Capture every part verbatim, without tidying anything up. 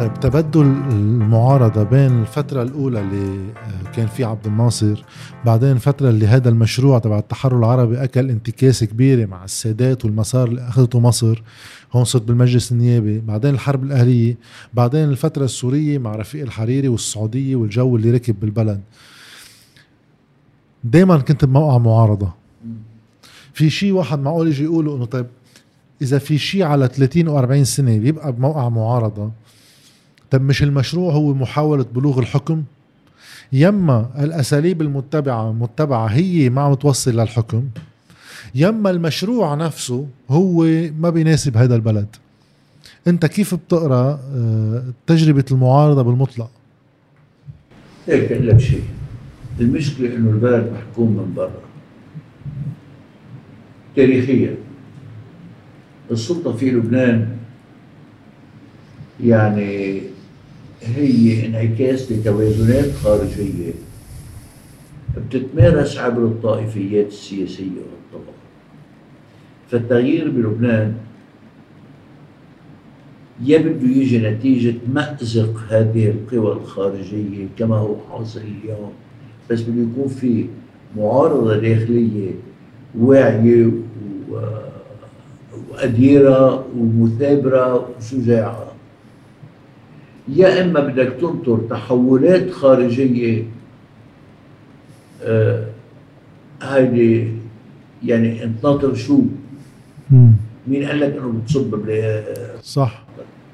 طيب تبدل المعارضة بين الفترة الأولى اللي كان في عبد الناصر، بعدين الفترة اللي هذا المشروع تبع التحرر العربي أكل انتكاسة كبيرة مع السادات والمسار اللي أخذته مصر، هون صرت بالمجلس النيابي، بعدين الحرب الأهلية، بعدين الفترة السورية مع رفيق الحريري والسعودية والجو اللي ركب بالبلد. دايما كنت بموقع معارضة. في شيء واحد معقول يجي يقوله إنه طيب إذا في شيء على ثلاثين و أربعين سنة بيبقى بموقع معارضة، طب مش المشروع هو محاولة بلوغ الحكم؟ يما الأساليب المتبعة متبعة هي ما عم توصل للحكم، يما المشروع نفسه هو ما بيناسب هذا البلد. انت كيف بتقرأ تجربة المعارضة بالمطلق؟ هيك لك شيء، المشكلة انه البلد محكوم من برا تاريخيا. السلطة في لبنان يعني هي انعكاس لتوازنات خارجية بتتمارس عبر الطائفيات السياسية والطبقة. فالتغيير بلبنان يبدو يجي نتيجة مأزق هذه القوى الخارجية كما هو حاصل اليوم، بس بده يكون في معارضة داخلية واعية وقديرة ومثابرة وشجاعة. يا إما بدك تنطر تحولات خارجية، آه هيدي يعني انتظر شو؟ مم. مين قال لك انه بتصب بلا صح.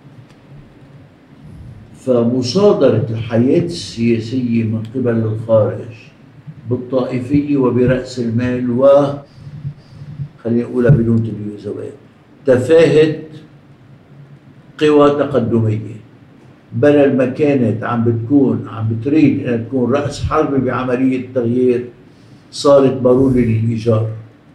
فمصادرة الحياة السياسية من قبل الخارج بالطائفية وبرأس المال و خلينا نقولها بدون تمييزات تفاهة قوى تقدمية، بدل ما كانت عم بتكون عم بتريد انها تكون رأس حرب بعملية التغيير صارت بارودة للإيجار.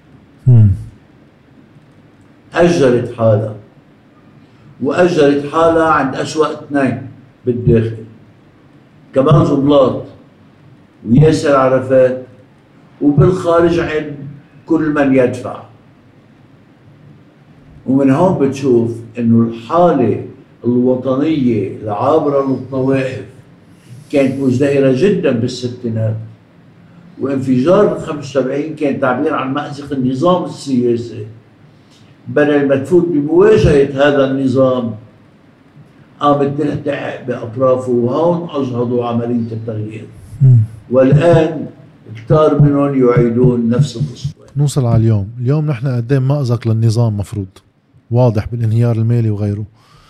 أجرت حالها وأجرت حالها عند أسوأ اثنين بالداخل، كمان زبلاط وياسر عرفات، وبالخارج عند كل من يدفع. ومن هون بتشوف إنه الحالة الوطنية العابرة للطوائف كانت مزدهرة جدا بالستينات، وانفجار خمسة وسبعين كان تعبير عن مأزق النظام السياسي. بدل ما تفوت بمواجهة هذا النظام قامت تلتحق بأطرافه، وهون أجهضوا عملية التغيير. والآن كتار منهم يعيدون نفس القصة. نوصل على اليوم، اليوم نحن قدام مأزق للنظام مفروض واضح بالانهيار المالي وغيره.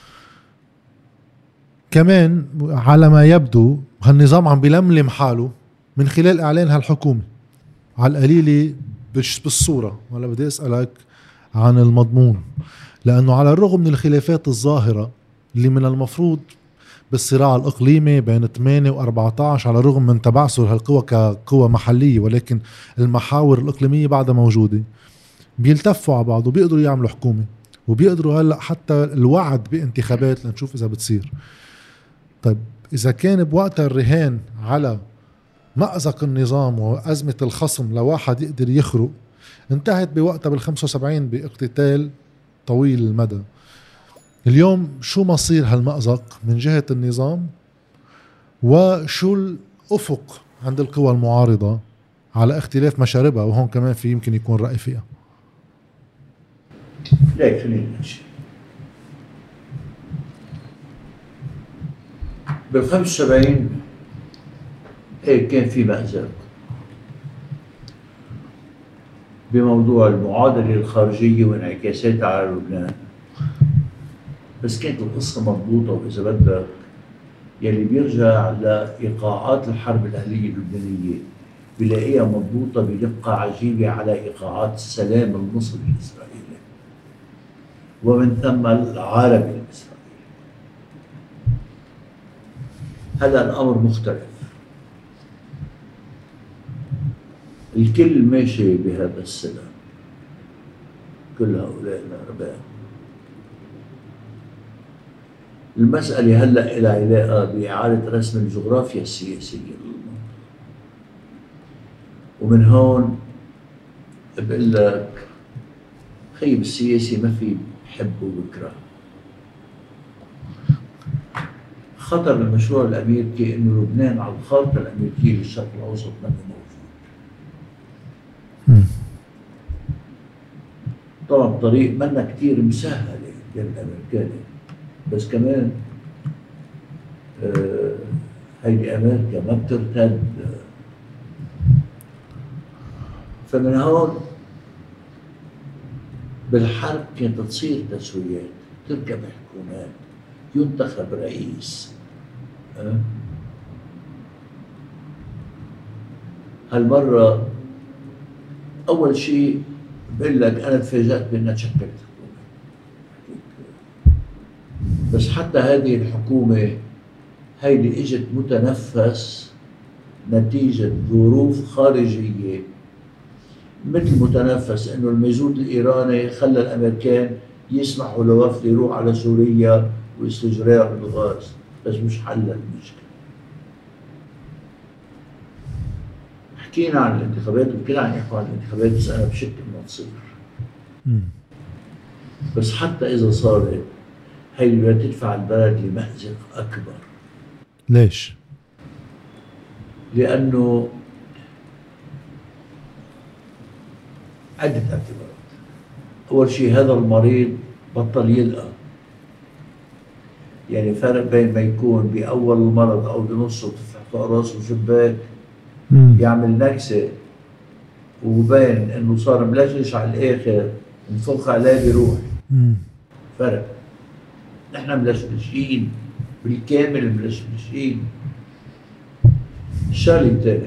كمان على ما يبدو هالنظام عم بيلملم حاله من خلال إعلان هالحكومة على القليلة بالصورة. ولا بدي أسألك عن المضمون، لأنه على الرغم من الخلافات الظاهرة اللي من المفروض بالصراع الإقليمي بين ثمانية وأربعة عشر على الرغم من تبعثر هالقوى كقوى محلية، ولكن المحاور الإقليمية بعدها موجودة، بيلتفوا على بعض وبيقدروا يعملوا حكومة، وبيقدروا هلأ حتى الوعد بانتخابات لنشوف إذا بتصير. طيب إذا كان بوقتها الرهان على مأزق النظام وأزمة الخصم لواحد يقدر يخرق، انتهت بوقتها بالخمسة وسبعين باقتتال طويل المدى. اليوم شو مصير هالمأزق من جهة النظام، وشو الأفق عند القوى المعارضة على اختلاف مشاربها؟ وهون كمان في يمكن يكون رأي فيها. لا خلينا نمشي بالخمسة وسبعين هيك كان في مأزق بموضوع المعادلة الخارجية وانعكاساتها على لبنان، بس كانت القصة مضبوطة. وإذا بدك يلي بيرجع لإيقاعات الحرب الأهلية اللبنانية بلاقيها مضبوطة بدقة عجيبة على إيقاعات السلام المصري الإسرائيلي ومن ثم العربي الإسرائيلي. هذا الأمر مختلف، الكل ماشي بهذا السلام، كل هؤلاء الأرباب. المسألة هلأ إلى علاقة بإعادة رسم الجغرافيا السياسية للمنطقة. ومن هون بقول لك خيب السياسي ما في بحب وبكره. خطر المشروع الأمريكي إنه لبنان على الخارطة الأمريكية للشرق الأوسط ما موجود. طبعا الطريق منا كتير مسهلة للأمريكان، بس كمان آه هيدي أمريكا ما بترتد. فمن هون بالحرب كانت تصير تسويات، تركب حكومات، ينتخب رئيس. أه؟ هالمرة أول شيء بقول لك أنا تفاجأت بأنها تشكلت حكومة، بس حتى هذه الحكومة هيدي إجت متنفس نتيجة ظروف خارجية، مثل متنفس إنه المازوت الإيراني خلى الأمريكان يسمحوا لوفد يروح على سوريا واستجراء الغاز، بس مش حل المشكلة. حكينا عن الانتخابات وكل عم يحكوا عن الانتخابات، بس أنا بشك إنها تصير. بس حتى إذا صارت هي اللي تدفع البلد لمأزق أكبر. ليش؟ لأنه عدة اعتبارات. أول شيء هذا المريض بطل يلقى، يعني فرق بين ما يكون بأول المرض أو بنصه تفتح فوق راسه شباك يعمل نكسة، وبين إنه صار ملجلش على الآخر نفخ عليه بيروح. فرق. نحن ملجلشين بالكامل، ملجلشين. الشغلة الثانية،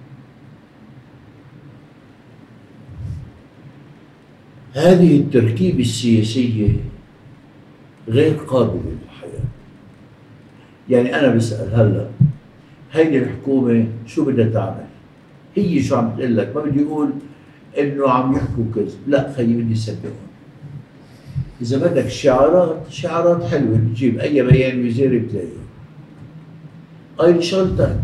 هذه التركيبة السياسية غير قابلة للحياة. يعني أنا بسأل هلا هيدي الحكومة شو بدها تعمل؟ هي شو عم تقول لك؟ ما بدي أقول إنه عم يحكوا كذب، لا خيي بدي صدقهم. إذا بدك شعارات، شعارات حلوة بتجيب أي بيان وزاري بتلاقيه. هاي شغلتين.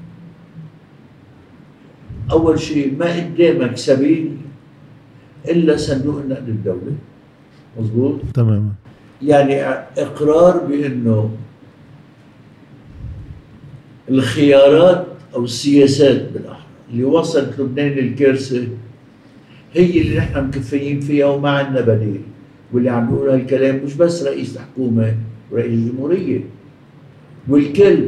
أول شيء ما قدامك سبيل إلا صندوق النقد الدولي، مظبوط؟ تماما. يعني إقرار بأنه الخيارات أو السياسات بالأحرى اللي وصلت لبنان للكارثة هي اللي نحن مكفيين فيها وما عندنا بديل. واللي عم بيقول هالكلام مش بس رئيس الحكومة ورئيس الجمهورية والكل.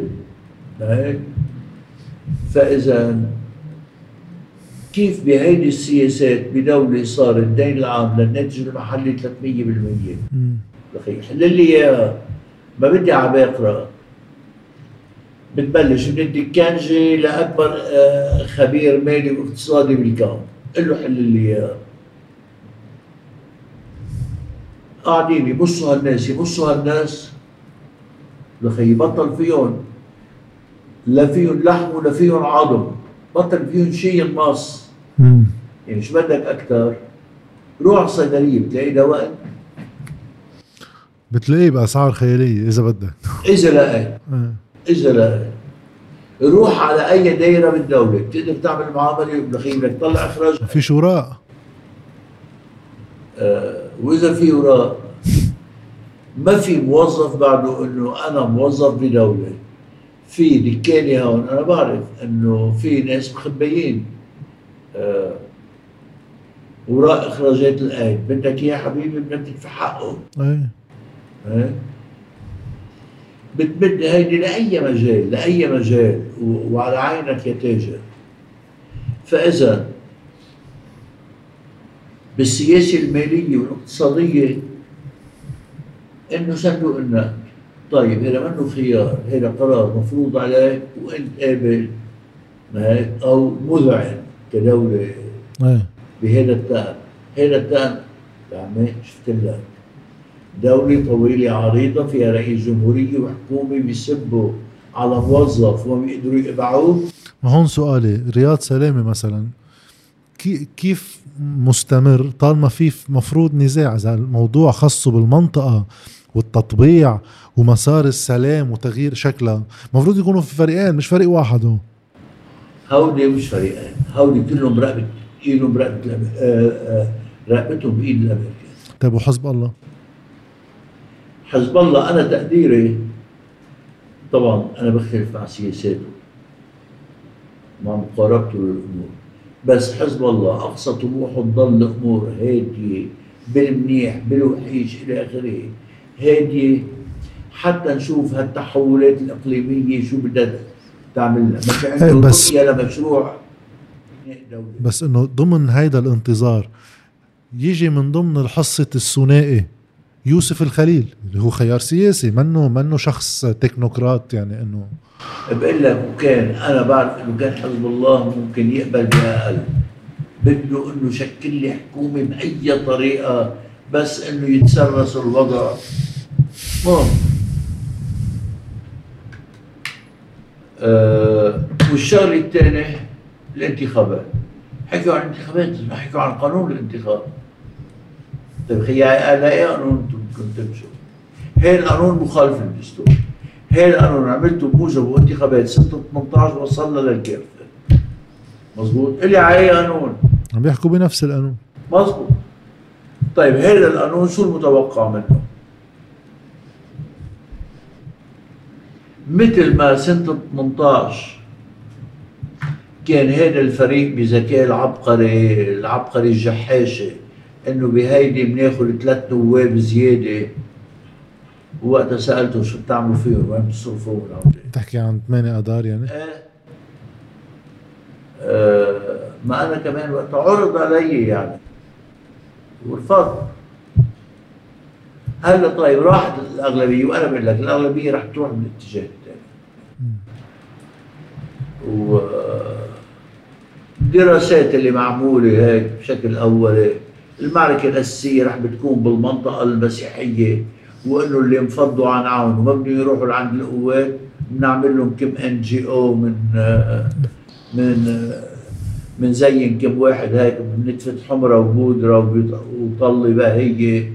فإذا كيف بهيدي السياسات بدولة صار الدين العام للناتج المحلي ثلاثمية بالمية؟ لخي حل لي اياها، ما بدي عباقرة. بتبلش من الدكانجي لأكبر خبير مالي واقتصادي بالكون، قل له حل لي اياها. قاعدين يبصوا هالناس يبصوا هالناس لخي بطل فيهم، لا فيهم لحم ولا فيهم عظم، بطل فيهم شيء ينقص. يعني شو بدك أكثر؟ روح على الصيدلية بتلاقي دواء، بتلاقيه بأسعار خيالية إذا بدك. إذا لقيت إذا لقيت روح على أي دايرة بالدولة بتقدر تعمل معاملة بلخي بدك تطلع إخراج. في شراء. آه وإذا في وراء ما في موظف بعده إنه أنا موظف بدولة. في دكاني هون أنا بعرف إنه في ناس مخبيين آه وراء إخراجات الآية، بدك يا حبيبي بدك تدفع حقه. أي. أه؟ بتمد هيدي لأي مجال لأي مجال وعلى عينك يا تاجر. فإذا بالسياسة المالية والاقتصادية إنه صندوق النقد، طيب هذا منه خيار، هذا قرار مفروض عليك وأنت قابل أو مذعن كدولة بهذا التهم. هذا التهم يعني شفت لك دولة طويلة عريضة فيها رئيس جمهورية وحكومة بيسبوا على موظف وما بيقدروا يقبعوه. ما هون سؤالي رياض سلامة مثلا كيف مستمر طالما في مفروض نزاع إذا الموضوع خاصه بالمنطقة والتطبيع ومسار السلام وتغيير شكلها، مفروض يكونوا في فريقين مش فريق واحد. هو هودي مش فريقين، هودي كلهم رقبة ايدهم رقبة رقبتهم بإيد الأمريكان. طيب وحزب الله؟ حزب الله أنا تقديري طبعا أنا بختلف مع سياساته مع مقاربته للأمور، بس حزب الله أقصى طموحه تضل الأمور هادية بالمنيح بالوحيش إلى آخره، هادية حتى نشوف هالتحولات الإقليمية شو بدها تعملنا، مش عنده رؤية لمشروع دولي. بس إنه ضمن هيدا الانتظار يجي من ضمن الحصة الثنائي يوسف الخليل اللي هو خيار سياسي، منه منه شخص تكنوقراط، يعني إنه بقول لك وكان أنا بعرف إنه كان حزب الله ممكن يقبل بأقل، بده إنه شكل لي حكومة بأي طريقة بس إنه يتسرس الوضع. مهم. أه والشغله الثانيه الانتخابات، حكوا عن الانتخابات ما حكوا عن قانون الانتخاب. طيب خي على ايه قانون انتم بدكم تمشوا؟ هي القانون مخالف للدستور، هي القانون عملته بموجب انتخابات ستة ثمانية عشر وصلنا للكافه. مزبوط؟ اللي على اي قانون؟ عم بيحكوا بنفس القانون. مزبوط. طيب هذا القانون شو المتوقع منه؟ مثل ما سنة ثمانية عشر كان هذا الفريق بذكاء العبقري العبقري الجحاشة انه بهيدي بناخذ ثلاث نواب زيادة، ووقتها سألته شو بتعملوا فيهم وين بتصرفوهم؟ تحكي عن ثمانية اذار يعني؟ آه. آه ما انا كمان وقتها عرض علي يعني ورفضت. هلا طيب راحت الاغلبيه، وانا بقول لك الاغلبيه رح تروح بالاتجاه الثاني. والدراسات اللي معموله هيك بشكل اولي المعركه الاساسيه رح بتكون بالمنطقه المسيحيه، وانه اللي انفضوا عن عون وما بدهم يروحوا لعند القوات بنعمل لهم كم ان جي او من من من زين كم واحد هيك بنتفت حمره وبودره وطلي بهيه.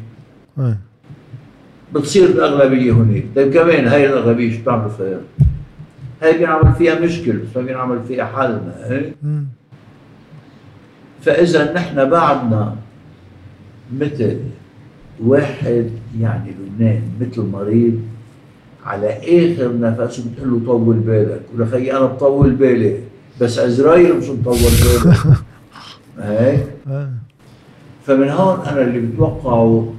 بتصير الأغلبية هناك. طيب كمان هاي الأغلبية شو بتعمل فيها؟ هاي بينعمل فيها مشكلة بس ما بينعمل فيها حل. هي؟ فإذا نحن بعدنا مثل واحد يعني لبنان مثل مريض على آخر نفسه بتقول له طول بالك، ولخي أنا بطول بالي بس عزرايل مش مطول بالك. هيك؟ فمن هون أنا اللي بتوقعه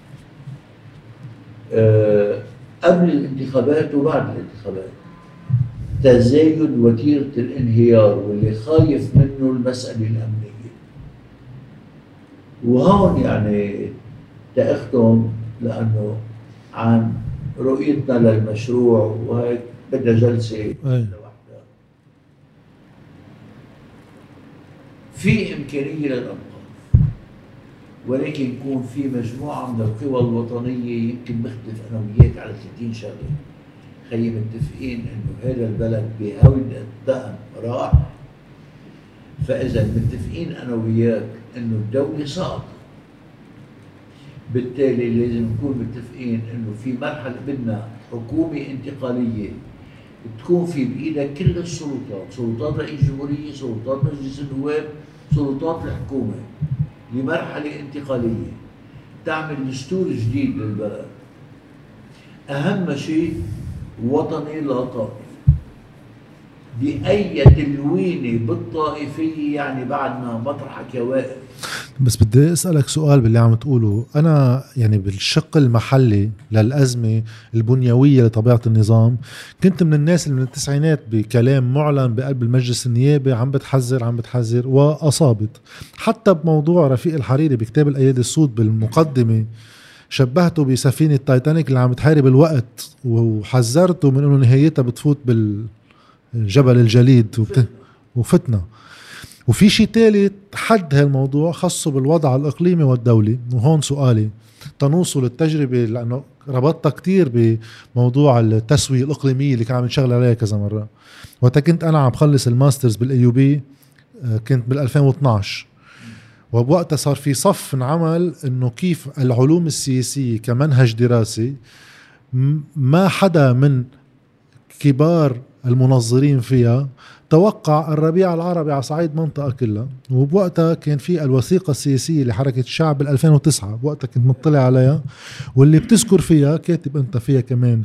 أه قبل الانتخابات وبعد الانتخابات تزايد وتيرة الانهيار واللي خايف منه المسألة الأمنية. وهون يعني تأختم لأنه عن رؤيتنا للمشروع وهيك بدها جلسة لوحدها. في إمكانية للأنقاذ، ولكن يكون في مجموعة من القوى الوطنية يمكن بختلف أنا وياك على ثلاثين شغلة. خلي متفقين إنه هذا البلد بهود الدقن راح، فإذا متفقين أنا وياك إنه الدولة ساقطة، بالتالي لازم نكون متفقين إنه في مرحلة بدنا حكومة انتقالية تكون في بإيدها كل السلطات، سلطات رئيس الجمهورية، سلطات مجلس النواب، سلطات الحكومة، لمرحلة انتقالية تعمل دستور جديد للبلد. أهم شيء وطني لا طائفي، بأي تلوينة بالطائفية يعني بعدنا مطرحك يا واقف. بس بدي أسألك سؤال باللي عم تقوله. أنا يعني بالشق المحلي للأزمة البنيوية لطبيعة النظام كنت من الناس اللي من التسعينات بكلام معلن بقلب المجلس النيابي عم بتحذر عم بتحذر وأصابت. حتى بموضوع رفيق الحريري بكتاب الأيادي السود بالمقدمة شبهته بسفينة تايتانيك اللي عم تحارب الوقت، وحذرته من أنه نهايتها بتفوت بالجبل الجليد وفتنة. وفي شيء ثالث حد هالموضوع خاصه بالوضع الإقليمي والدولي. وهون سؤالي تنوصل التجربة لأنه ربطتها كتير بموضوع التسوية الإقليمية اللي كان عم نشغل عليها كذا مرة. وقتا كنت أنا عم بخلص الماسترز بالأيوبي كنت بالألفين واثناشر، وبوقتها صار في صف نعمل إنه كيف العلوم السياسية كمنهج دراسي ما حدا من كبار المنظرين فيها توقع الربيع العربي على صعيد منطقة كلها. وبوقتها كان في الوثيقة السياسية لحركة الشعب بالألفين وتسعة، بوقتها كنت مطلع عليها واللي بتذكر فيها كاتب أنت فيها كمان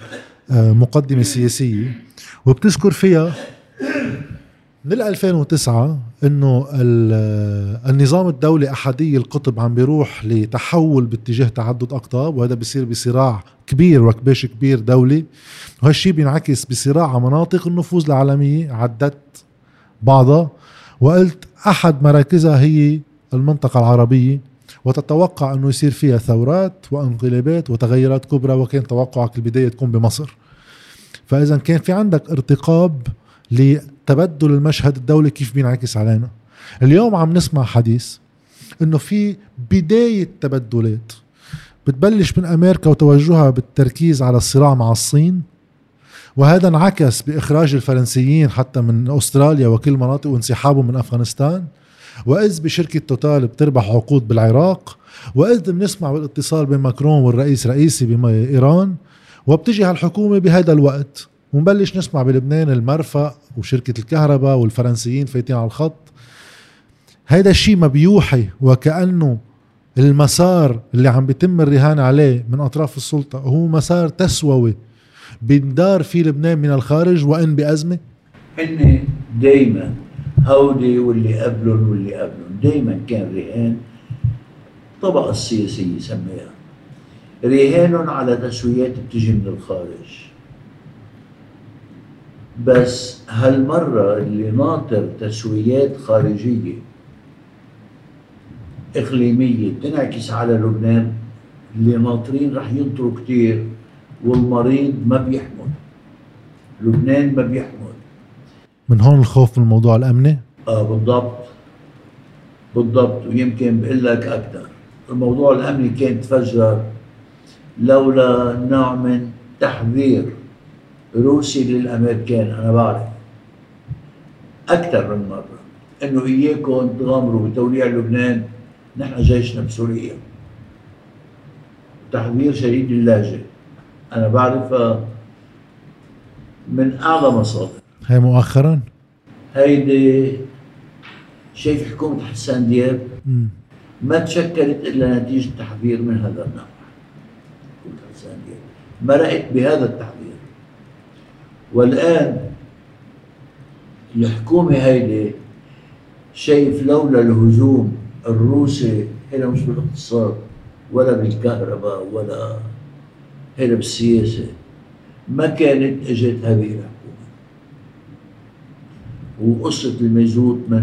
مقدمة سياسية وبتذكر فيها من ألفين وتسعة انه النظام الدولي احادي القطب عم بيروح لتحول باتجاه تعدد اقطاب، وهذا بيصير بصراع كبير وكباش كبير دولي، وهالشي بينعكس بصراع على مناطق النفوذ العالمية. عدت بعضها وقلت احد مراكزها هي المنطقة العربية، وتتوقع انه يصير فيها ثورات وانقلابات وتغيرات كبرى، وكان توقعك البداية تكون بمصر. فاذا كان في عندك ارتقاب لتبدل المشهد الدولي كيف بينعكس علينا. اليوم عم نسمع حديث انه في بداية تبدلات بتبلش من امريكا وتوجهها بالتركيز على الصراع مع الصين، وهذا انعكس باخراج الفرنسيين حتى من استراليا وكل مناطق وانسحابهم من افغانستان، واذ بشركة توتال بتربح عقود بالعراق، واذ بنسمع بالاتصال بين ماكرون والرئيس رئيسي بإيران، وبتجي هالحكومة بهذا الوقت ونبلش نسمع بلبنان المرفأ وشركة الكهرباء والفرنسيين فايتين على الخط. هيدا الشيء ما بيوحي وكأنه المسار اللي عم بيتم الرهان عليه من أطراف السلطة هو مسار تسووي بندار في لبنان من الخارج وإن بأزمة. هن دايما هودي واللي قبلهم واللي قبلهم دايما كان رهان الطبقة السياسية سميها، رهانهم على تسويات بتجي من الخارج. بس هالمرة اللي ناطر تسويات خارجية إقليمية تنعكس على لبنان، اللي ناطرين رح ينطروا كتير، والمريض ما بيحمل، لبنان ما بيحمل. من هون الخوف من الموضوع الأمني؟ آه بالضبط بالضبط. ويمكن بقول لك أكثر، الموضوع الأمني كان تفجر لولا نوع من تحذير روسي للأمريكان. أنا بعرف أكثر من مرة إنه إياكم تغامروا بتوليع لبنان، نحن جيشنا بسوريا. تحذير شديد اللهجة أنا بعرفها من أعلى مصادر. هاي مؤخرا؟ هيدي شايف حكومة حسان دياب م. ما تشكلت إلا نتيجة تحذير من هذا النوع. حكومة حسان دياب مرقت بهذا التحذير، والآن الحكومة هيدي شايف لولا الهجوم الروسي، هنا مش بالاقتصاد ولا بالكهرباء ولا هنا بالسياسة، ما كانت اجت هذه الحكومة. وقصة المازوت من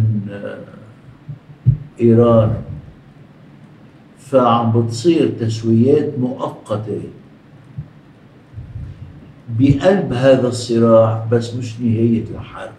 إيران، فعم بتصير تسويات مؤقتة بقلب هذا الصراع، بس مش نهاية الحرب.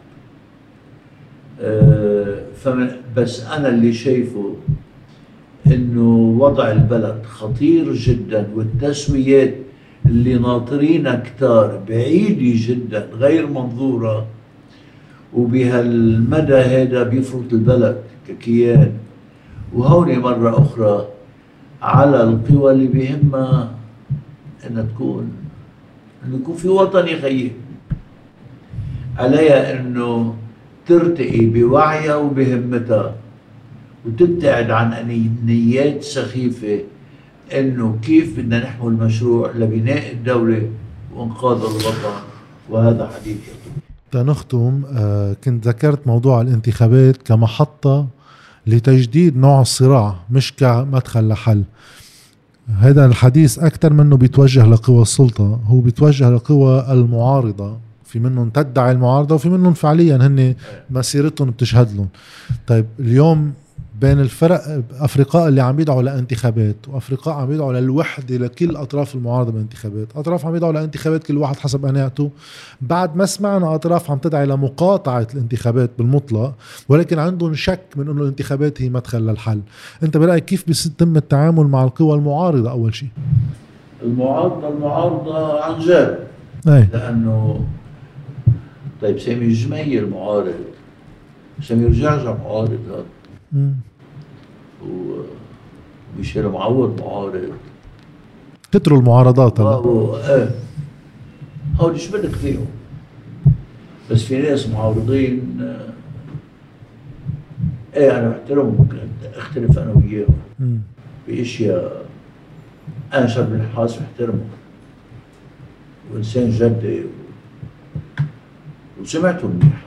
أه بس أنا اللي شايفه إنه وضع البلد خطير جدا، والتسويات اللي ناطرينها كتار بعيدة جدا غير منظورة، وبهالمدى هذا بيفرط البلد ككيان. وهون مرة أخرى على القوى اللي بيهمها إنها تكون إنه يكون في وطن يخيم عليها، إنه ترتقي بوعيها وبهمتها وتبتعد عن نيات سخيفة إنه كيف بدنا نحمل مشروع لبناء الدولة وإنقاذ الوطن. وهذا حديث يطول. تنختم، آه كنت ذكرت موضوع الانتخابات كمحطة لتجديد نوع الصراع مش كمدخل لحل. هذا الحديث أكثر منه بيتوجه لقوى السلطة، هو بيتوجه لقوى المعارضة، في منهم تدعي المعارضة وفي منهم فعليا هن مسيرتهم بتشهد لهم. طيب اليوم بين الفرق أفرقاء اللي عم يدعوا لانتخابات وأفرقاء عم يدعوا للوحدة لكل أطراف المعارضة بالانتخابات، أطراف عم يدعوا لانتخابات كل واحد حسب قناعته، بعد ما سمعنا أطراف عم تدعي لمقاطعة الانتخابات بالمطلق، ولكن عندهم شك من أنه الانتخابات هي مدخل للحل. أنت برأيك كيف بيتم التعامل مع القوى المعارضة؟ أول شيء المعارضة المعارضة عن جد، لأنه طيب سامي الجميل معارض، سامي الجعجع معارض، هذا وميشيل معوض معارض، كتروا المعارضات هلا. ايه هول شو بدك فيهم؟ بس في ناس معارضين ايه انا بحترمهم، ممكن اختلف انا وياهم باشياء. انا شاب الحاس بحترمه وإنسان جدي وسمعته منيحة.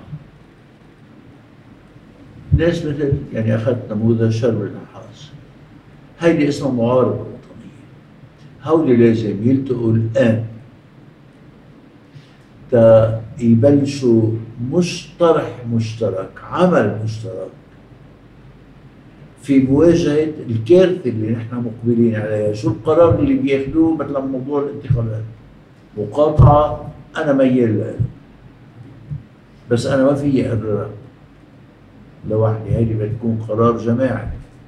ناس مثل يعني أخذت نموذج شرب النحاس، هيدي اسمها معارضة وطنية. هودي لازم يلتقوا الآن تا يبلشوا مش طرح مشترك، عمل مشترك في مواجهة الكارثة اللي نحن مقبلين عليها. شو القرار اللي بياخدوه مثلا موضوع الانتخابات؟ مقاطعة أنا ميال لها، بس أنا ما في أقررها لوحدي، هيدي بتكون قرار جماعي.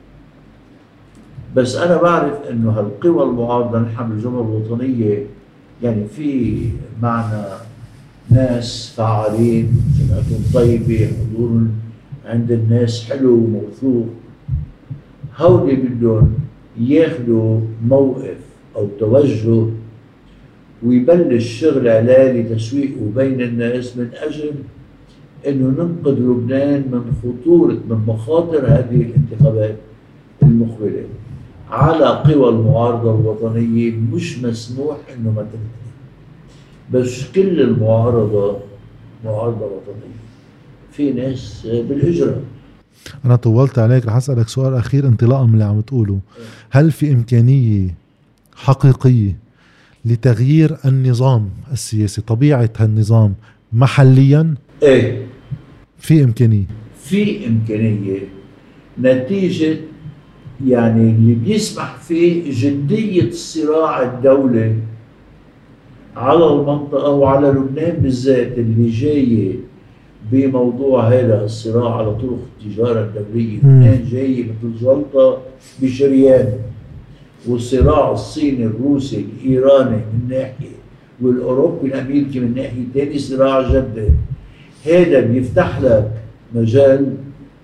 بس أنا بعرف إنه هالقوى المعارضة نحن بالجمهورية الوطنية يعني في معنا ناس فعالين، سمعتهم طيبة، حضور عند الناس حلو وموثوق. هودي بدهم ياخدوا موقف أو توجه ويبلش شغل عليه لتسويقه بين الناس من أجل إنه ننقذ لبنان من خطورة من مخاطر هذه الانتخابات المقبلة. على قوى المعارضة الوطنية مش مسموح إنه ما تنتهي، بس كل المعارضة معارضة وطنية، في ناس بالإجرة. أنا طولت عليك، رح أسألك سؤال أخير انطلاقا من اللي عم تقوله. هل في إمكانية حقيقية لتغيير النظام السياسي، طبيعة هالنظام محليا؟ ايه في إمكانية، في إمكانية نتيجة يعني اللي بيسمح فيه جدية الصراع الدولي على المنطقة وعلى لبنان بالذات، اللي جاي بموضوع هذا الصراع على طرق التجارة الدولية. لبنان جاي مثل جلطة بشريان، والصراع الصيني الروسي الإيراني من ناحية والأوروبي الأمريكي من ناحية تاني صراع جدي. هذا بيفتح لك مجال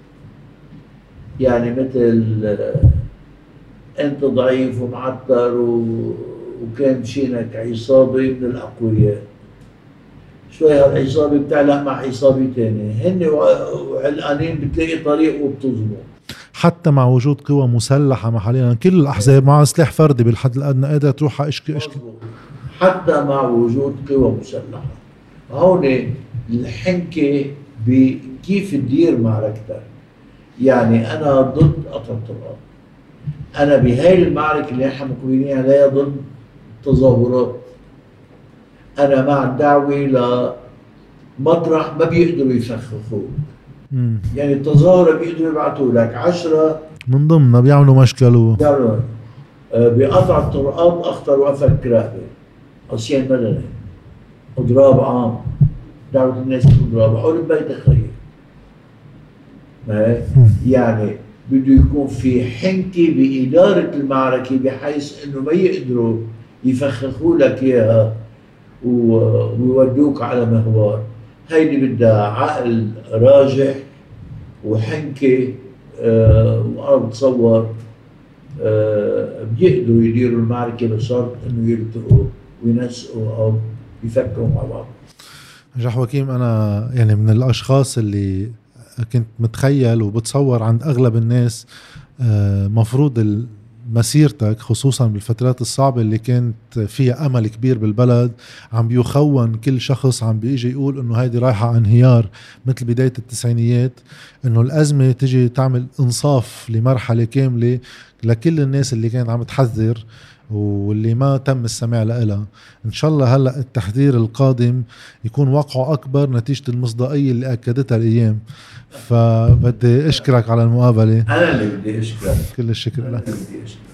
يعني مثل أنت ضعيف ومعتر و... وكان مشينك عصابة من الأقوياء، شوي هالعصابة بتعلق مع عصابة تانية، هن وعلقانين بتلاقي طريق وبتظلموا. حتى مع وجود قوى مسلحة محليا، كل الأحزاب مع سلاح فردي بالحد الأدنى قادرة تروح اشكي اشكي حتى مع وجود قوى مسلحة. هون الحنكة بكيف تدير معركتك. يعني أنا ضد قطع الطرقات، أنا بهاي المعركة اللي نحن مقبلين عليها ضد التظاهرات. أنا مع الدعوة لمطرح ما بيقدروا يفخخوه. يعني التظاهرة بيقدروا يبعثوا لك عشرة من ضمنها بيعملوا مشكلة بيعملوا بقطع الطرقات أخطر وأفك رهبة، عصيان مدني، إضراب عام، دعوة الناس بالإضراب، حول البيت الخير. يعني بده يكون في حنكة بإدارة المعركة بحيث إنه ما يقدروا يفخخوا لك إياها ويودوك على مهوار. هيدي بدها عقل راجح وحنكة. آه وأنا بتصور آه بيقدروا يديروا المعركة بشرط إنه يلتقوا وينسقوا أو يفكروا مع بعض. نجاح وكيم، أنا يعني من الأشخاص اللي كنت متخيل وبتصور عند أغلب الناس آه مفروض مسيرتك خصوصا بالفترات الصعبة اللي كانت فيها أمل كبير بالبلد عم بيخون كل شخص عم بيجي يقول إنه هيدي رايحة عن انهيار مثل بداية التسعينيات، إنه الأزمة تجي تعمل إنصاف لمرحلة كاملة لكل الناس اللي كانت عم تحذر واللي ما تم السماع لها. إن شاء الله هلأ التحذير القادم يكون وقعه أكبر نتيجة المصداقية اللي أكدتها الأيام. فبدي أشكرك على المقابلة. أنا اللي بدي أشكرك، كل الشكر لك.